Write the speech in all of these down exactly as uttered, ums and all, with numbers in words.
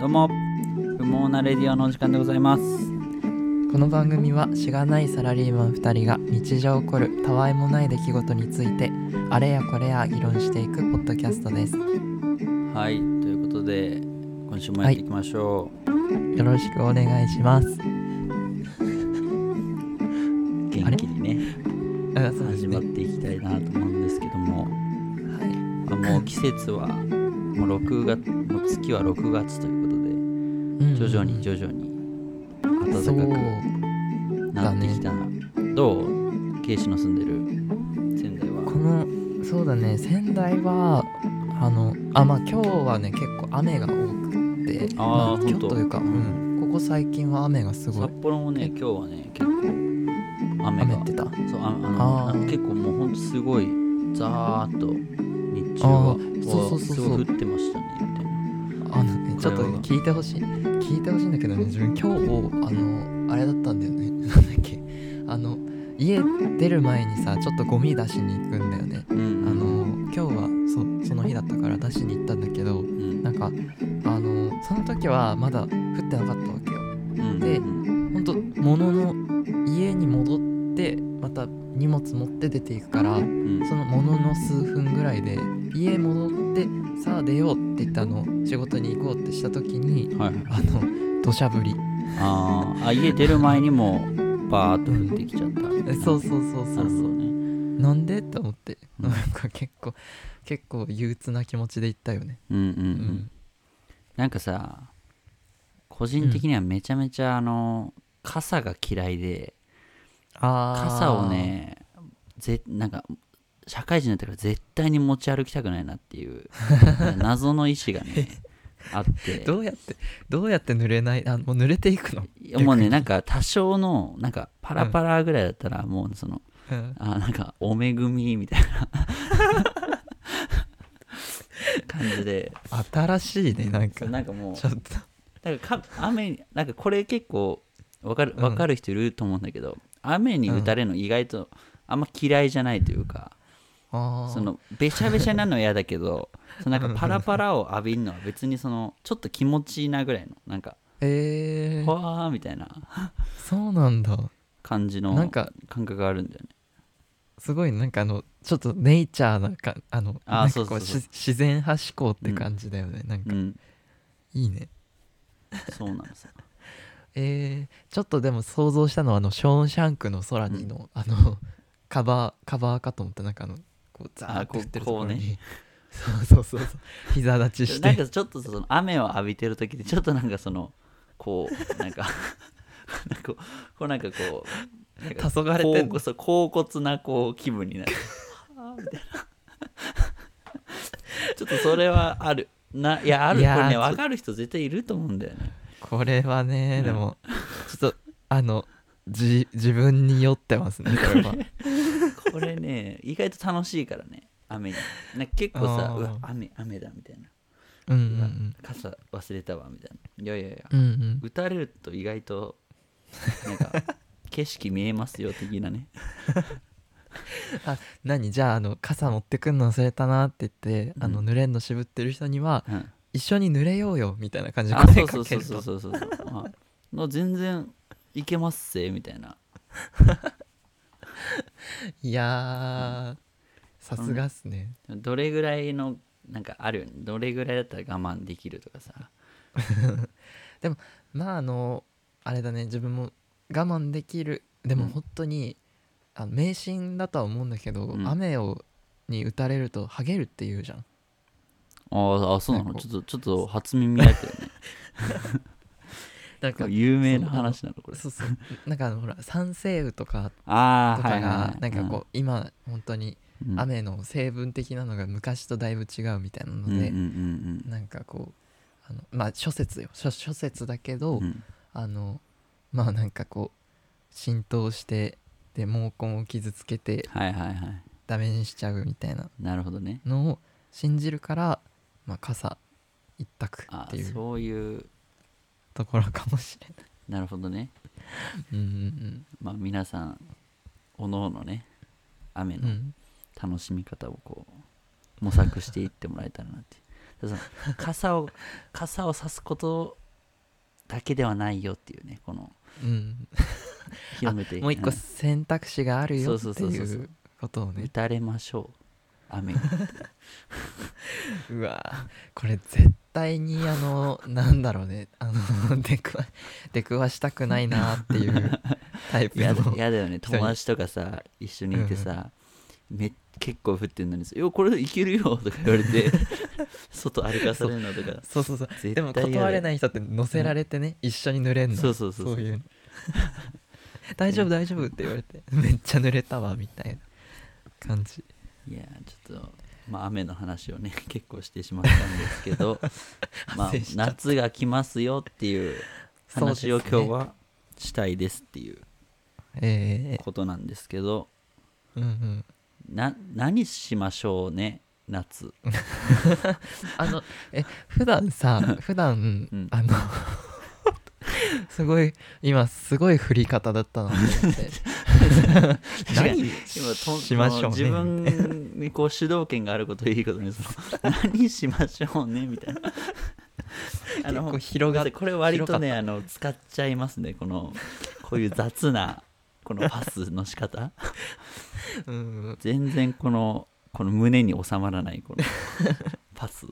どうも不毛なレディオのお時間でございます。 この番組はしがないサラリーマンふたりが日常起こるたわいもない出来事についてあれやこれや議論していくポッドキャストです。 はい、ということで今週もやっていきましょう、 はい、よろしくお願いします。 元気にね始まっていきたいなと思うんですけども、はい、あもう季節はもうろくがつ、もう月はろくがつということで、うん、徐々に徐々に暖かくなってきたな、ね、どうケイシの住んでる仙台は。 このそうだね仙台はあのあまあ今日はね結構雨が多くて、 あ、 まあ、 今日というか、うん、ここ最近は雨がすごい。 札幌もね今日はね結構雨が雨ってた。 そうああのあ結構もうほんとすごいザーッと日中はそうそうそうそうすごい降ってましたねみたいな。 あのねちょっと、ね、聞いてほしい聞いてほしいんだけどね、自分今日あのあれだったんだよねなんだっけあの家出る前にさちょっとゴミ出しに行くんだよね、うんうん、あの今日は そ, その日だったから出しに行ったんだけど、うん、なんかあのその時はまだ降ってなかったわけよ、うん、でほんと物の家に戻ってまた荷物持って出ていくから、うん、そのものの数分ぐらいで家戻ってさあ出ようって言ったの仕事に行こうってした時に、はい、あの土砂降りああ家出る前にもバーッと降ってきちゃった、うん、 そうそうそうそうそう、ね、なんでって思って、うん、なんか結構結構憂鬱な気持ちで行ったよね。 うんうんうん、うん、なんかさ個人的にはめちゃめちゃあの、うん、傘が嫌いで、あ傘をねぜなんか社会人になってから絶対に持ち歩きたくないなっていう謎の意志がねあってどうやってどうやって濡れないあもう濡れていくのもうねなんか多少のなんかパラパラぐらいだったら、うん、もうその、うん、あなんかお恵みみたいな感じで新しいねなんかなんかもうちょっとなんかか雨なんかこれ結構分かる分かる人いると思うんだけど、うん、雨に打たれるの意外とあんま嫌いじゃないというか、うん、そのべしゃべしゃなの嫌だけどそのなんかパラパラを浴びるのは別にそのちょっと気持ちいいなぐらいのなんかえー、 ほわーみたいなそうなんだ感じの感覚があるんだよね。 すごいなんかあのちょっとネイチャーなかあのあなんかこう自然派思考って感じだよね、うん、なんか、うん、いいねそうなんですよえー、ちょっとでも想像したのはあのショーンシャンクの空にの、うん、あのカバーカバーかと思ったなんかあのこうザーッと降ってるところに、ね、そうそうそうそう膝立ちしてなんかちょっとその雨を浴びてる時でちょっとなんかそのこうなんかなんかこうなんかこう黄昏れてんの高骨なこう気分になるみたいなちょっとそれはあるないやあるいやこれね分かる人絶対いると思うんだよねこれはね、うん、でもちょっとあのじ自分に酔ってますねこれはこれね意外と楽しいからね雨になんか結構さうわ雨雨だみたいな、うんうんうん、傘忘れたわみたいないやいやいや、うんうん、打たれると意外となんか景色見えますよ的なねあ何じゃあ、あの傘持ってくんの忘れたなって言って、うん、あの濡れんの渋ってる人には、うん、一緒に濡れようよみたいな感じで声かけるとそうそうそうそうそうそうあ全然いけますせみたいないやさすがっすね。 どれぐらいのなんかあるよねどれぐらいだったら我慢できるとかさでもまああのあれだね自分も我慢できるでも本当に、うん、あの迷信だとは思うんだけど、うん、雨をに打たれるとハゲるって言うじゃん。 ああそうなのちょっとちょっと初耳だけどねなんか有名な話なのこれそうそうなんかあのほら三星雨とかあとかがなんかこう、うん、今本当に雨の成分的なのが昔とだいぶ違うみたいなので、うんうんうん、なんかこうあのまあ諸説よ 諸, 諸説だけど、うん、あのまあなんかこう浸透してで毛根を傷つけて、はいはいはい、ダメにしちゃうみたいなのを信じるから、まあ、傘一択っていうそういうところかもしれない。 なるほどねうんうん、うん、まあ皆さんおのおのね雨の楽しみ方をこう模索していってもらえたらなってその傘を傘を差すことだけではないよっていうね、このうん広めてもう一個選択肢があるよってそうそうそうそういうことを打ね。 たれましょう雨にうわこれ絶対にあのなんだろうね、あの出くわ出くわしたくないなっていうタイプやだのやだよね。 人に友達とかさ一緒にいてさ、め結構降ってんのにさ「よこれいけるよ」とか言われて外歩かされるのとかそうそうそう絶対でも嫌だよ断れない人って乗せられてね、一緒に濡れんの。 そうそうそうそうそういう大丈夫大丈夫って言われてめっちゃ濡れたわみたいな感じ。 いやちょっとまあ雨の話をね結構してしまったんですけどまあ発生しちゃった夏が来ますよっていう話をそうですね今日はしたいですっていうえことなんですけど、 えうんうんな何しましょうね夏。 あのえ普段さ普段、 うんあのすごい今すごい振り方だったなと思って何今としましょうね自分にこう主導権があることをいいことにその何しましょうねみたいなあの結構広がっこれ割とね広あの使っちゃいますね、このこういう雑なこのパスの仕方うん全然このこの胸に収まらないこのパス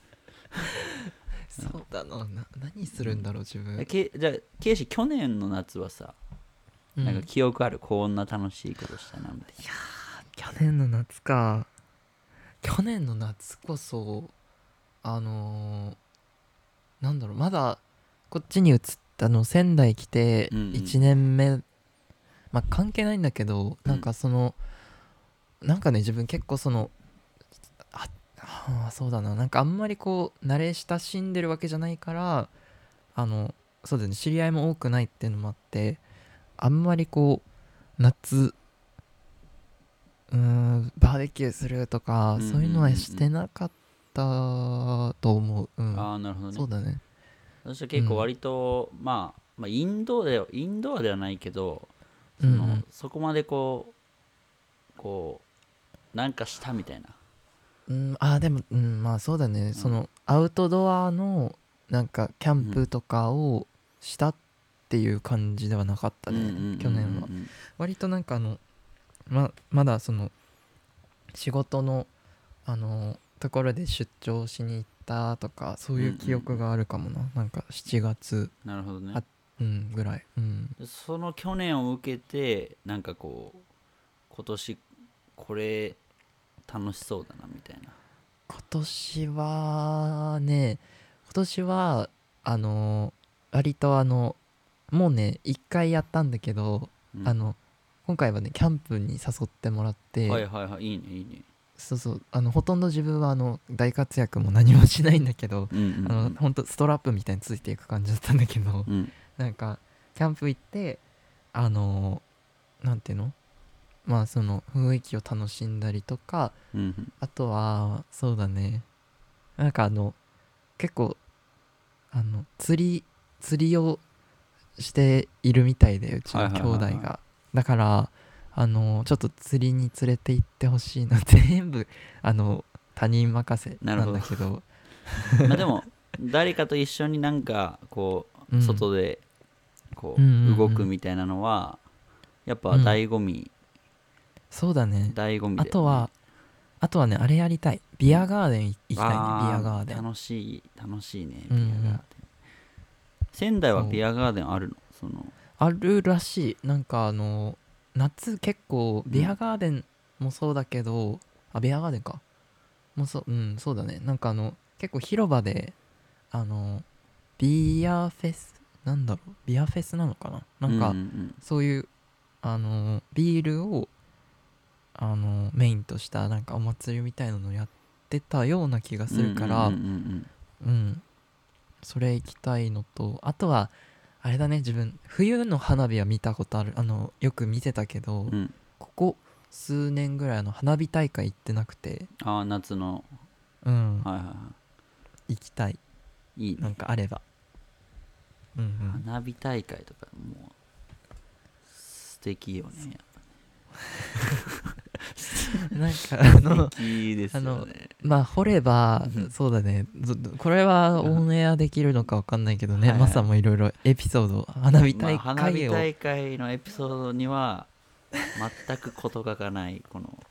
そうだなな何するんだろう自分。 けじゃあケイシ去年の夏はさ、 うんなんか記憶あるこんな楽しいことしたなみたいな。 去年の夏か去年の夏こそあのーなんだろうまだこっちに移ったの仙台来てうんうんいちねんめ、まあ関係ないんだけどなんかその、なんかね自分結構そのああーそうだななんかあんまりこう慣れ親しんでるわけじゃないからあのそうだね知り合いも多くないっていうのもあってあんまりこう夏うーんバーベキューするとか、 うんうんうんうんそういうのはしてなかったと思う、うん、 ああなるほどね。 そうだね私は結構割と、うんまあ、まあインドでインドアではないけどその、 うんうんそこまでこうこうなんかしたみたいな。 うんあーでも、うん、まあそうだね、 んそのアウトドアのなんかキャンプとかをしたっていう感じではなかったね、 うんうんうんうん去年は割となんかあのままだその仕事のあのところで出張しに行ったとかそういう記憶があるかもな、なんかしちがつ、 なるほどねあ。うんぐらい、うん、 その去年を受けてなんかこう今年これ楽しそうだなみたいな。 今年はね今年はあの割とあのもうね一回やったんだけど、 うんあの今回はねキャンプに誘ってもらって、 はいはいはいいいねいいね。 そうそうあのほとんど自分はあの大活躍も何もしないんだけど、 うんうんうんあのほんとストラップみたいについていく感じだったんだけど、 うんなんかキャンプ行ってあのなんていうのまあその雰囲気を楽しんだりとか、 うんうんあとはそうだねなんかあの結構あの釣り釣りをしているみたいでうちの兄弟はいはいはいはがだからあのちょっと釣りに連れて行ってほしいな全部あの他人任せなんだけどまあでも誰かと一緒になんかこううん外でこうんうんうんううん動くみたいなのはやっぱ醍醐味そうだね醍醐味だよね。 あとはあとはねあれやりたいビアガーデン行きたいねビあアガーデン楽しい楽しいねうんうんビアガーデン。仙台はビアガーデンあるの？そのあるらしいなんかあの夏結構ビアガーデンもそうだけど、あビアガーデンかもうそううんそうだねなんかあの結構広場であのビアフェスなんだろうビアフェスなのかななんか、 うんうんそういうあのビールをあのメインとしたなんかお祭りみたいなのやってたような気がするからうんうんうんうんそれ行きたいのとあとはあれだね自分冬の花火は見たことあるあのよく見てたけど、 うんうんここ数年ぐらいあの花火大会行ってなくてああ夏のうんはいはいは行きたいいいいね。 なんかあればうんうん花火大会とかもう素敵よねやっぱねなんかあの素敵ですよね。 あのまあ掘ればそうだね、これはオンエアできるのか分かんないけどね、 はいはい、 マサもいろいろエピソード花火大会を、 まあ、花火大会のエピソードには全く事欠かないこの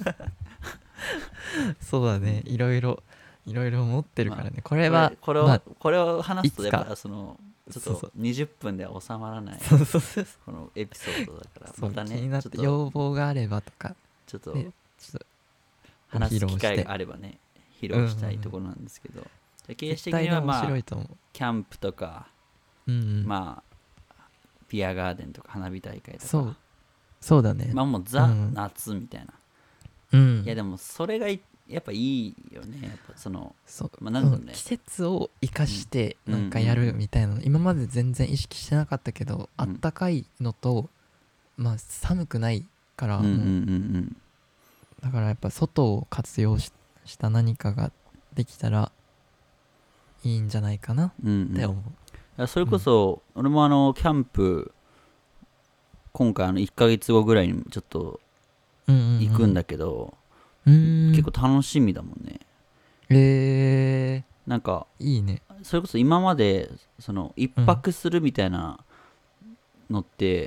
そうだね、いろいろいろいろ持ってるからね、 まあ、 これはこれを、 まあ、 これを話すとやっいつかぱそのちょっそうそうとにじゅっぷんでは収まらないそうそうそうこのエピソードだからそうまたね気になっちょってと要望があればとかちょっとでちょっと話す機会披露してがあればね披露したいところなんですけど、ケーエス的絶対に面にはまあ白いと思う。 キャンプとか、 うんうん、 まあビアガーデンとか花火大会とかそうそうだね、 まあもうザ、 うん夏みたいな、 うん、 いやでもそれがいやっぱいいよね、やっぱそのそう、 まあなんだろうねうん季節を生かしてうんなんかやるみたいなの、今まで全然意識してなかったけど、あったかいのとまあ寒くないから、 うんうんうんうもうんだからやっぱ外を活用 し, した何かができたらいいんじゃないかなって思う、 うんうん、いやそれこそ、うん、俺もあのキャンプ今回あのいっかげつごぐらいにちょっと行くんだけど、 うんうんうん、 結構楽しみだもんね。 えー、 なんかいいね。 それこそ今までその一泊するみたいなのって、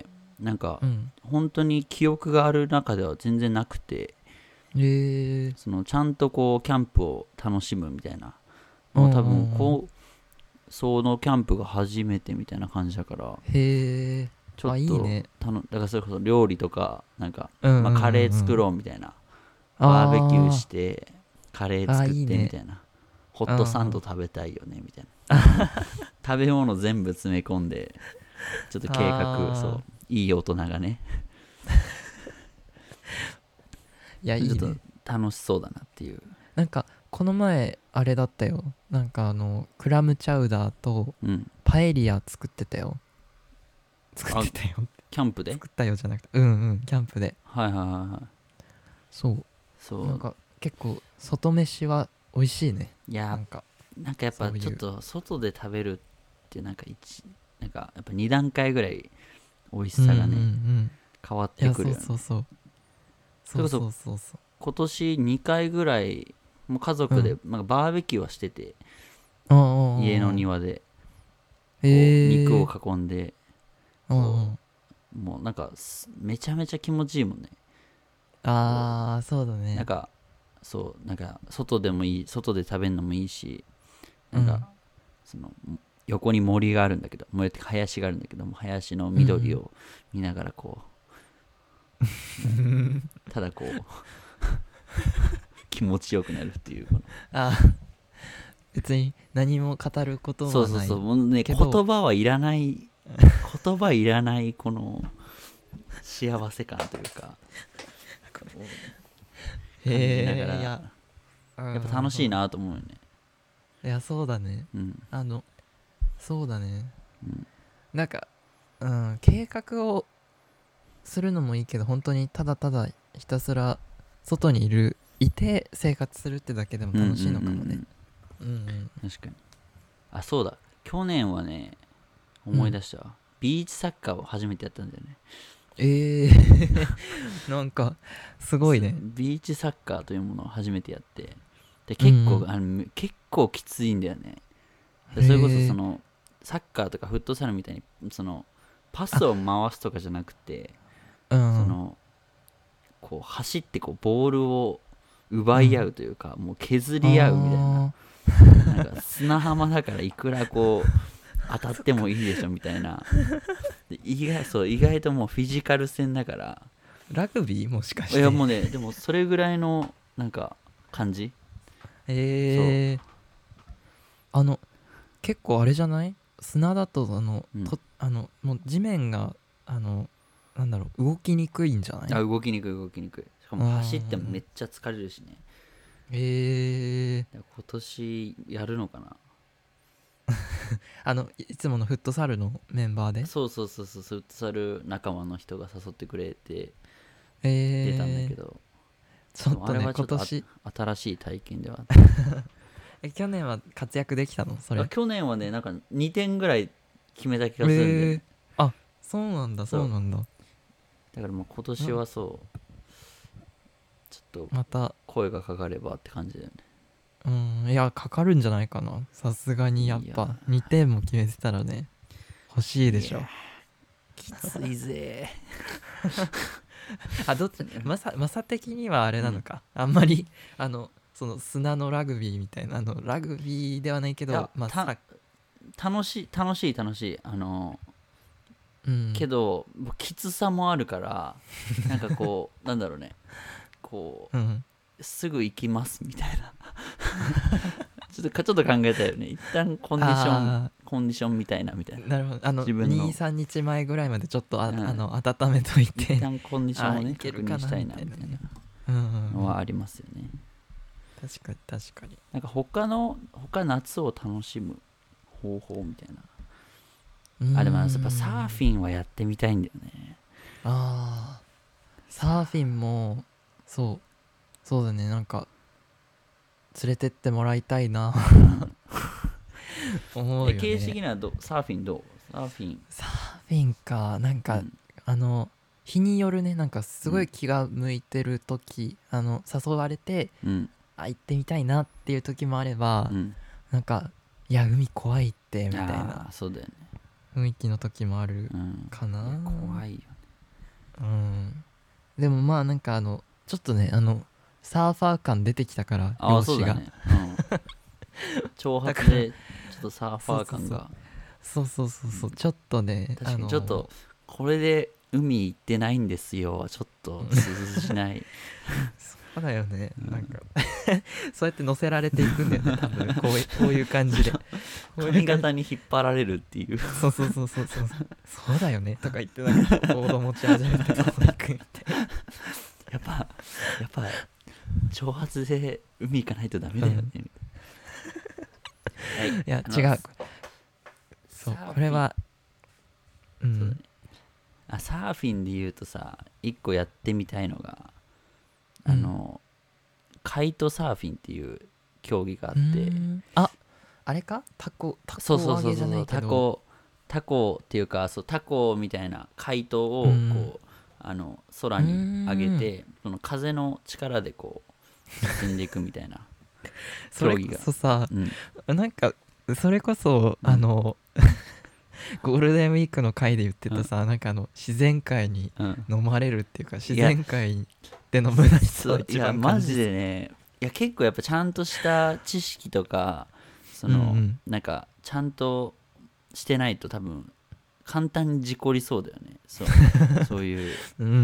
うん、なんか本当に記憶がある中では全然なくて、 えー、 そのちゃんとこうキャンプを楽しむみたいなもう多分こうそのキャンプが初めてみたいな感じだから、 へえ、 ちょっといいね、 だからそれこそ料理とかなんか、 うんうんうんうん、 まあ、カレー作ろうみたいな、バーベキューしてカレー作ってみたいな、いい、ね、ホットサンド食べたいよねみたいな食べ物全部詰め込んでちょっと計画、そういい大人がねいやいいね、 ちょっと楽しそうだなっていう。 なんかこの前あれだったよ、なんかあのクラムチャウダーとパエリア作ってたよ、うん、作ってたよキャンプで作ったよじゃなくてうんうんキャンプで、 はいはいはいはい、 そうそうなんか結構外飯は美味しいね。 いやなんかなんかやっぱちょっと外で食べるってなんか一なんかやっぱに段階ぐらい美味しさがね、うんうんうん、変わってくるよね。 そうそうそうそうそうそうそう、 今年にかいぐらいもう家族でなんかバーベキューはしてて、 うん、 家の庭でこう肉を囲んで、 うん、 もうなんかめちゃめちゃ気持ちいいもんね。 ああそうだね、 なんかそうなんか外でもいい、外で食べるのもいいし、なんか、うん、その横に森があるんだけど、森って林があるんだけども、林の緑を見ながらこう、うん、ただこう気持ちよくなるっていうこのあ別に何も語ることはない、 そうそうそう、もうね、言葉はいらない言葉いらないこの幸せ感というかへえ、 感じながらやっぱ楽しいなと思うよね。 いやそうだね、 うん、 あのそうだね、 うん、 なんか、うん、計画をするのもいいけど、本当にただただひたすら外にいるいて生活するってだけでも楽しいのかもね。うんうん、 確かに。あ、そうだ、去年はね思い出した、うん、ビーチサッカーを初めてやったんだよね。 えー、なんかすごいね。 ビーチサッカーというものを初めてやって、で結構、うん、あの結構きついんだよね。でそれこそそのサッカーとかフットサルみたいにそのパスを回すとかじゃなくて、うん、そのこう走ってこうボールを奪い合うというか、うん、もう削り合うみたいな、なんか砂浜だからいくらこう当たってもいいでしょみたいなで意外、そう意外ともうフィジカル戦だから。 ラグビーもしかして。 いやもうね、でもそれぐらいのなんか感じ。 へえー、あの結構あれじゃない、砂だとあの、うん、とあのもう地面があのなんだろう動きにくいんじゃない。 あ、動きにくい動きにくい。しかも走ってもめっちゃ疲れるしね。 へえー、 今年やるのかなあのいつものフットサルのメンバーで。 そうそうそうそう、フットサル仲間の人が誘ってくれて出たんだけど、 ちょっとね、今年新しい体験ではえ去年は活躍できたのそれ。 去年はねなんかにてんぐらい決めた気がするんで、ね、 えー、あ、そうなんだそうなんだ。 だからもう今年はそうちょっとまた声がかかればって感じだよね。 うんいやかかるんじゃないかな、さすがに。やっぱにてんも決めてたらね欲しいでしょ。 きついぜあどっちマサマサ的にはあれなのか、うん、あんまりあのその砂のラグビーみたいな、あのラグビーではないけど、まあ、 た楽しい楽しい楽しいあの、うん、けどきつさもあるからなんかこうなんだろうねこう、うん、すぐ行きますみたいなちょっとちょっと考えたよね。一旦コンディションコンディションみたいなみたいな。 なるほど。あの自分のにさんにちまえぐらいまでちょっとあ、うん、あの温めといて一旦コンディションをね確認したいなみたいなのはありますよね。 確かに確かに。 なんか他の他夏を楽しむ方法みたいな。あれもやっぱサーフィンはやってみたいんだよね。 ああサーフィンもそうそうだね、なんか連れてってもらいたいな思うよね。 形式的にはどサーフィンどうサーフィンサーフィンかなんか、うん、あの日によるね。なんかすごい気が向いてる時、うん、あの誘われて、うん、あ行ってみたいなっていう時もあれば、うん、なんかいや海怖いってみたいなそうだよね雰囲気の時もあるかな、 うん、怖いよね。 うんでもまあなんかあのちょっとねあのサーファー感出てきたから容姿が、ねうん、 長髪でちょっとサーファー感がそうそうそうそう、うん、ちょっとね確かにちょっとこれで海行ってないんですよちょっと涼しないそうだよね、うん、なんかそうやって乗せられていくんだよね多分こういうこういう感じで髪型に引っ張られるっていうそうそうそうそうそうそうだよねとか言ってなんかボード持ち始めてこう行くみたいなやっぱやっぱ長髪で海行かないとダメだよね、うんはい、いや違うそうこれはうん、ね、あサーフィンで言うとさ一個やってみたいのがあの、うん、カイトサーフィンっていう競技があってああれかタコタコ揚げじゃないけどタコタコっていうかそうタコみたいなカイトをこう、うん、あの空に上げてその風の力でこう進んでいくみたいな競技がそれこそさ、うん、なんかそれこそ、うん、あのゴールデンウィークの回で言ってたさ、うん、なんかあの自然界に飲まれるっていうか、うん、自然界で飲むな人は一番感じいやマジでねいや結構やっぱちゃんとした知識とかその、うんうん、なんかちゃんとしてないと多分簡単に事故りそうだよねそうそういう、うんうん、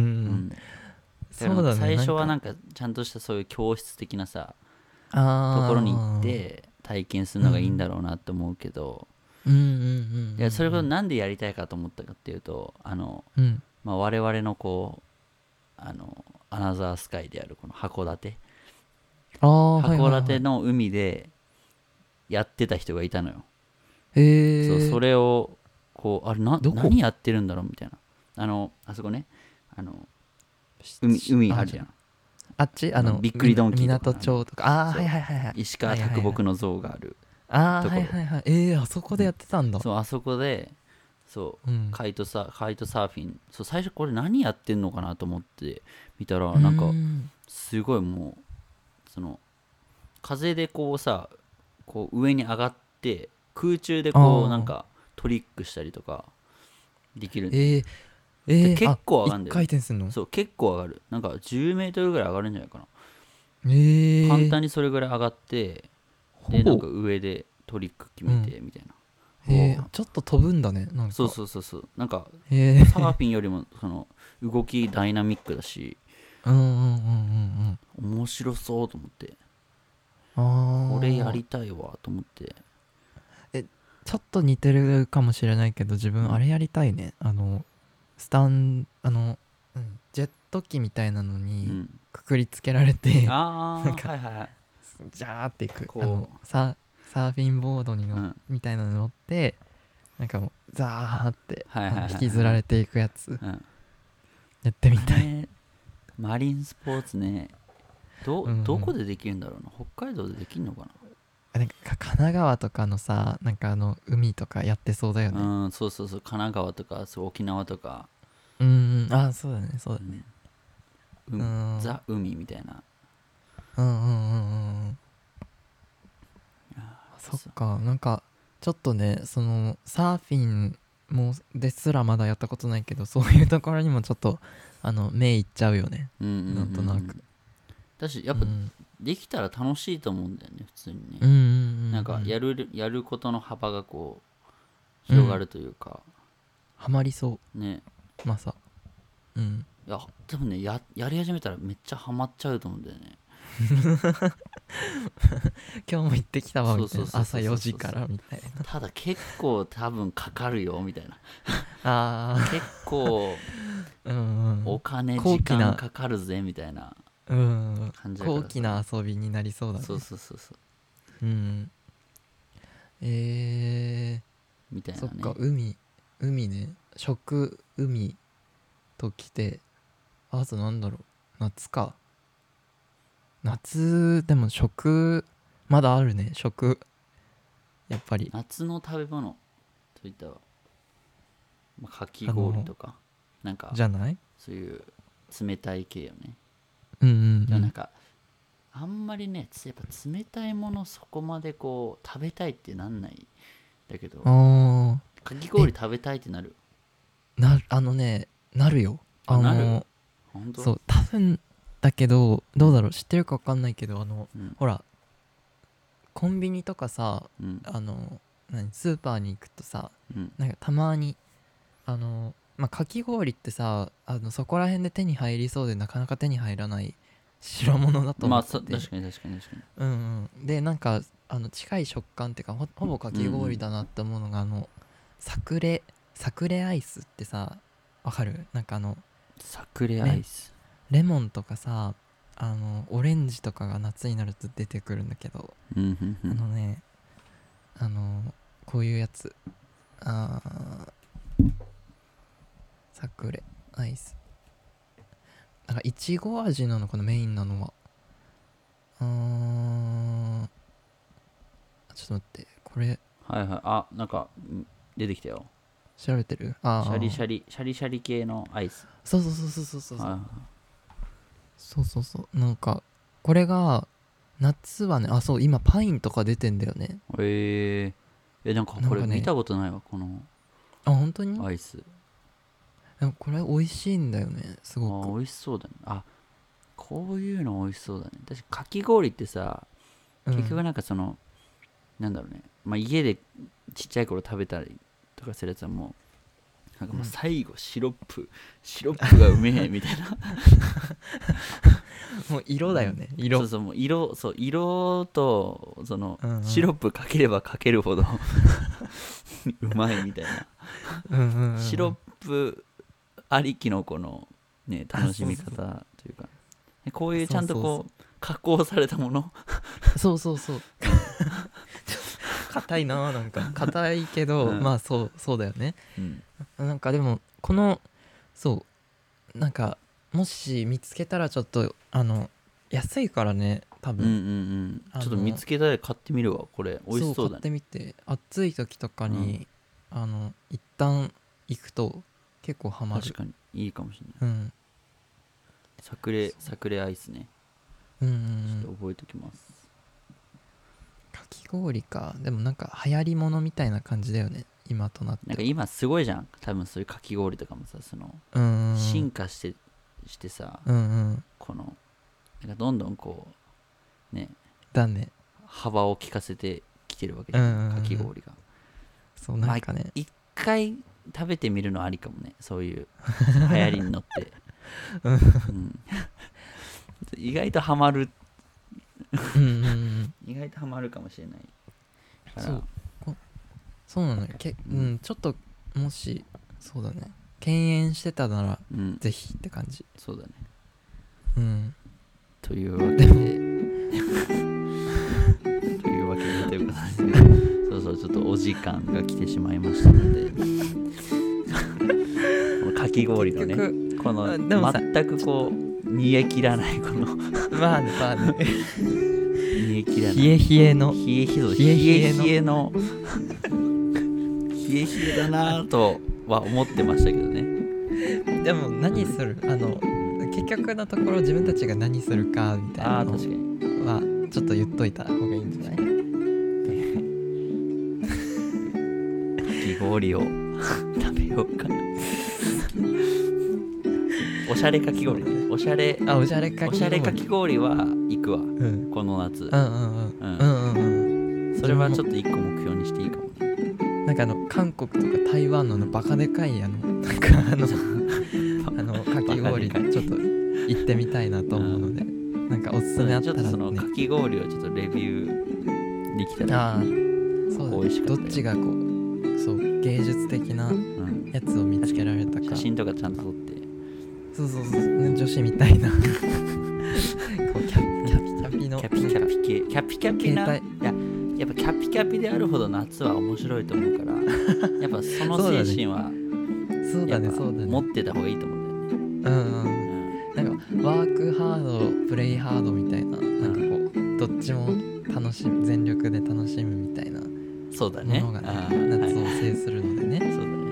そうだね、最初はなんかちゃんとしたそういう教室的なさところに行って体験するのがいいんだろうなと思うけど、うんうんうんうん、いやそれこそなんでやりたいかと思ったかっていうとあの、うんまあ、我々のこうあのアナザースカイであるこの函館あ函館の海でやってた人がいたのよ。へーそうそれをこうあれな何やってるんだろうみたいなあのあそこねあの 海, 海あるじゃんあっちあのびっくりドンキーとか港町とかあはいはいはいはい石川啄木の像があるああはいはいはいえー、あそこでやってたんだ、 うん、そうあそこでそう、うん、カイトサカイトサーフィンそう最初これ何やってんのかなと思って見たらなんかすごいもうその風でこうさこう上に上がって空中でこうなんかトリックしたりとかできるんで、えーえー、結構上がるんだよ、ね、 回転するのそう結構上がるなんかじゅうメートルぐらい上がるんじゃないかな、えー、簡単にそれぐらい上がってでなんか上でトリック決めてみたいな、 うんえー、ちょっと飛ぶんだねなんかそうそうそうそうなんか、えー、サーフィンよりもその動きダイナミックだしうんうんうんうんうん面白そうと思ってあこれやりたいわと思ってえちょっと似てるかもしれないけど自分あれやりたいね、うん、あのスタンあの、うん、ジェット機みたいなのにくくりつけられて、うん、あなんか、はいはいはい、ジャーっていくあのササーフィンボードにの、うん、みたいなの乗ってなんかもうザーって、はいはいはいはい、引きずられていくやつ、うん、やってみたいマリンスポーツね ど, うんうん、どこでできるんだろうな北海道でできるのかななんか神奈川とかのさなんかあの海とかやってそうだよねうんそうそうそう神奈川とかそう沖縄とかうんうんあそうだねそうだね、 うん、ザ海みたいなうんうんうんうんそっか。なんかちょっとねそのサーフィンもですらまだやったことないけど、そういうところにもちょっとあの目いっちゃうよね、 うんうんうんうん、 なんとなく。 だしやっぱ、うん、できたら楽しいと思うんだよね普通にね、 うんうんうんうん、 なんかやるやることの幅がこう広がるというか、うん、 ハマりそうね。 まさうん。 いや多分ね や, やり始めたらめっちゃハマっちゃうと思うんだよね今日も行ってきたわみたいな、朝よじからみたいな。 ただ結構多分かかるよみたいなあ結構うん、お金時間かかるぜみたいな感じだから、 高貴な遊びになりそうだね。 そうそうそうそう、 うんえー、 みたいなね。 そっか、海海ね、食海ときて、あとなんだろう、夏か。夏でも食まだあるね。食やっぱり夏の食べ物といったら、まあ、かき氷とかなんかじゃない、 そういう冷たい系よね。 うんうん、うん、 でもなんかあんまりねやっぱ冷たいものそこまでこう食べたいってなんないだけど、かき氷食べたいってなる。 なあのねなるよ。 あのなる。本当？ そう多分だけどどうだろう、知ってるか分かんないけど、あの、うん、ほらコンビニとかさ、うん、あの何スーパーに行くとさ、うん、なんかたまにあのまあかき氷ってさ、あのそこら辺で手に入りそうでなかなか手に入らない代物だと思ってて、まあ確かに確かに確かに、 うんうん、でなんかあの近い食感っていうか ほ, ほぼかき氷だなって思うのが、うんうん、あのサクレサクレアイスってさわかる？なんかあのサクレアイス、 レモンとかさ、あのオレンジとかが夏になると出てくるんだけど、 うんうんうん、 あのねあのこういうやつ、あサクレアイス、なんかいちご味なのかな、メインなのは。あーちょっと待って、これはいはい、あ、なんか出てきたよ。 調べてる？あシャリシャリシャリシャリ系のアイス。 そうそうそうそうそうそう、はい、そうそうそう、なんかこれが夏はね、あそう今パインとか出てんだよね。 へえー、えなんかこれ見たことないわ、ね、このあ本当にアイス。 でもこれ美味しいんだよね、すごく。 あ美味しそうだね。あこういうの美味しそうだね。私かき氷ってさ、結局なんかその、うん、なんだろうね、まあ、家でちっちゃい頃食べたりとかするやつはもうなんかもう最後シロップ、うん、シロップがうめえみたいなもう色だよね、色。 そうそう、もう色、そう色とその、うんうん、シロップかければかけるほどうまいみたいな、うんうん、うん、シロップありきのこのね楽しみ方というか、こういうちゃんとこう、そうそうそう、加工されたものそうそうそう硬いな、なんか硬いけど、うん、まあそうそうだよね、うん、なんかでもこのそうなんかもし見つけたらちょっとあの安いからね多分、うんうんうん、ちょっと見つけたら買ってみるわ、これ美味しそうだね。そう買ってみて、暑い時とかに、うん、あの一旦行くと結構ハマる。 確かにいいかもしれない、うん、サクレサクレアイスね、うんうんうん、ちょっと覚えておきます。 かき氷か、でもなんか流行りものみたいな感じだよね今となって。 なんか今すごいじゃん、多分そういうかき氷とかもさ、その、うんうん、進化してしてさ、うんうん、このなんかどんどんこうねだね幅を利かせてきてるわけじゃん、うんうんうん、かき氷が。 そうなんかね、まあ、 一回食べてみるのありかもね、そういう流行りに乗って、うん、意外とハマるうんうん、うん、意外とハマるかもしれないから。 そうそうなのよ、け、うん、ちょっともしそうだね敬遠してたなら、うん、ぜひって感じ。 そうだね、 うん、 というわけでというわけでというかそうそう、ちょっとお時間が来てしまいましたのでかき氷のねこの全くこう煮え切らないこのまあねまあね煮え切らない冷え冷えの冷え冷え冷えの冷え冷えだなとは思ってましたけどね。 でも何する、あの結局のところ自分たちが何するかみたいな。 あ確かにはちょっと言っといた方がいいんじゃない？ かき氷を食べようかな。おしゃれかき氷ね。おしゃれあおしゃれかき氷。 おしゃれかき氷は行くわ、 うん、 この夏。 うんうんうんうんうんうん。 それはちょっと一個目標にしていいかもね。 なんかあの韓国とか台湾ののバカでかいあのなんかあのあのかき氷ちょっと行ってみたいなと思うので、なんかおすすめあったらね。 ちょっとそのかき氷をちょっとレビューできたら。 ああ、そうだね。どっちがこうそう芸術的なやつを見つけられたか、うん、 写真とかちゃんと撮って。 そうそうそう、ね、女子みたいなこうキャピキャピキャピのキャピキャピ系キャピキャピな。いややっぱキャピキャピであるほど夏は面白いと思うからやっぱその精神はそうだねそうだね持ってた方がいいと思うんだよね。 うんうん、なんかワークハードプレイハードみたいな、なんかこうどっちも楽しむ、全力で楽しむみたいなそうだねものが、ね、夏を制するのでね、 はい、そうだね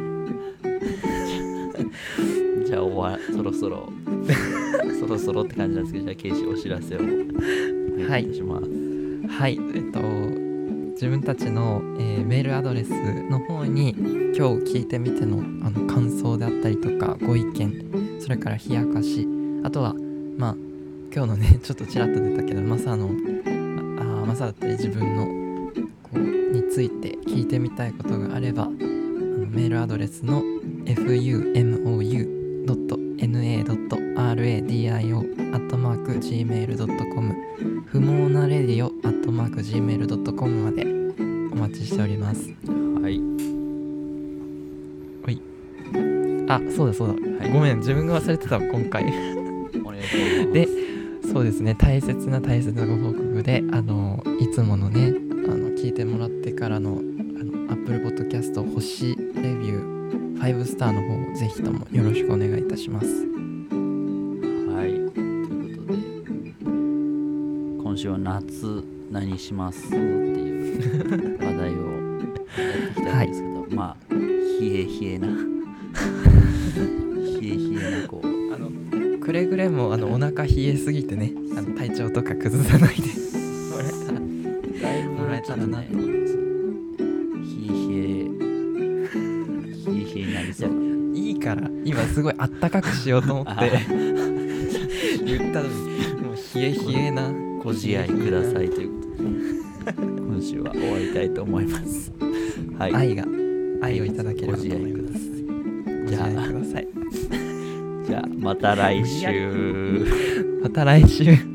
じゃあ終わそろそろそろそろって感じなんですけど、じゃあケイシお知らせをお願いします。 はい、はい、えっと自分たちの、えー、メールアドレスの方に今日聞いてみての、あの感想であったりとかご意見、それから冷やかし、あとはまあ今日のねちょっとちらっと出たけどマサのあマサだったり自分のこうについて聞いてみたいことがあれば、あのメールアドレスの エフユーエムオーユードットエヌエードットアールエーディーアイオー アットマーク ジーメールドットコム 不毛なレディオアットマーク ジーメールドットコム までお待ちしております。 はい。 おい。あ、そうだそうだ。はい、ごめん、自分が忘れてた今回。 お願いします。 で、そうですね、大切な大切なご報告で、あのいつものね、あの聞いてもらってからのあの Apple Podcast 星レビューごスターの方をぜひともよろしくお願いいたします。 はい。ということで、今週は夏何しますっていう話題をやってきたんですけど、はい、まあ冷え冷えな冷え冷えなこうあのくれぐれもあのお腹冷えすぎてね、あの体調とか崩さないでもらえたらだいぶもらえたらなと思います。冷え冷え冷え冷えになりそう。 いいから今すごいあったかくしようと思って言ったのにもう冷え冷えなご自愛くださいということで今週は終わりたいと思います。はい、 愛が愛をいただければと思います。 じゃあくださいじゃあまた来週また来週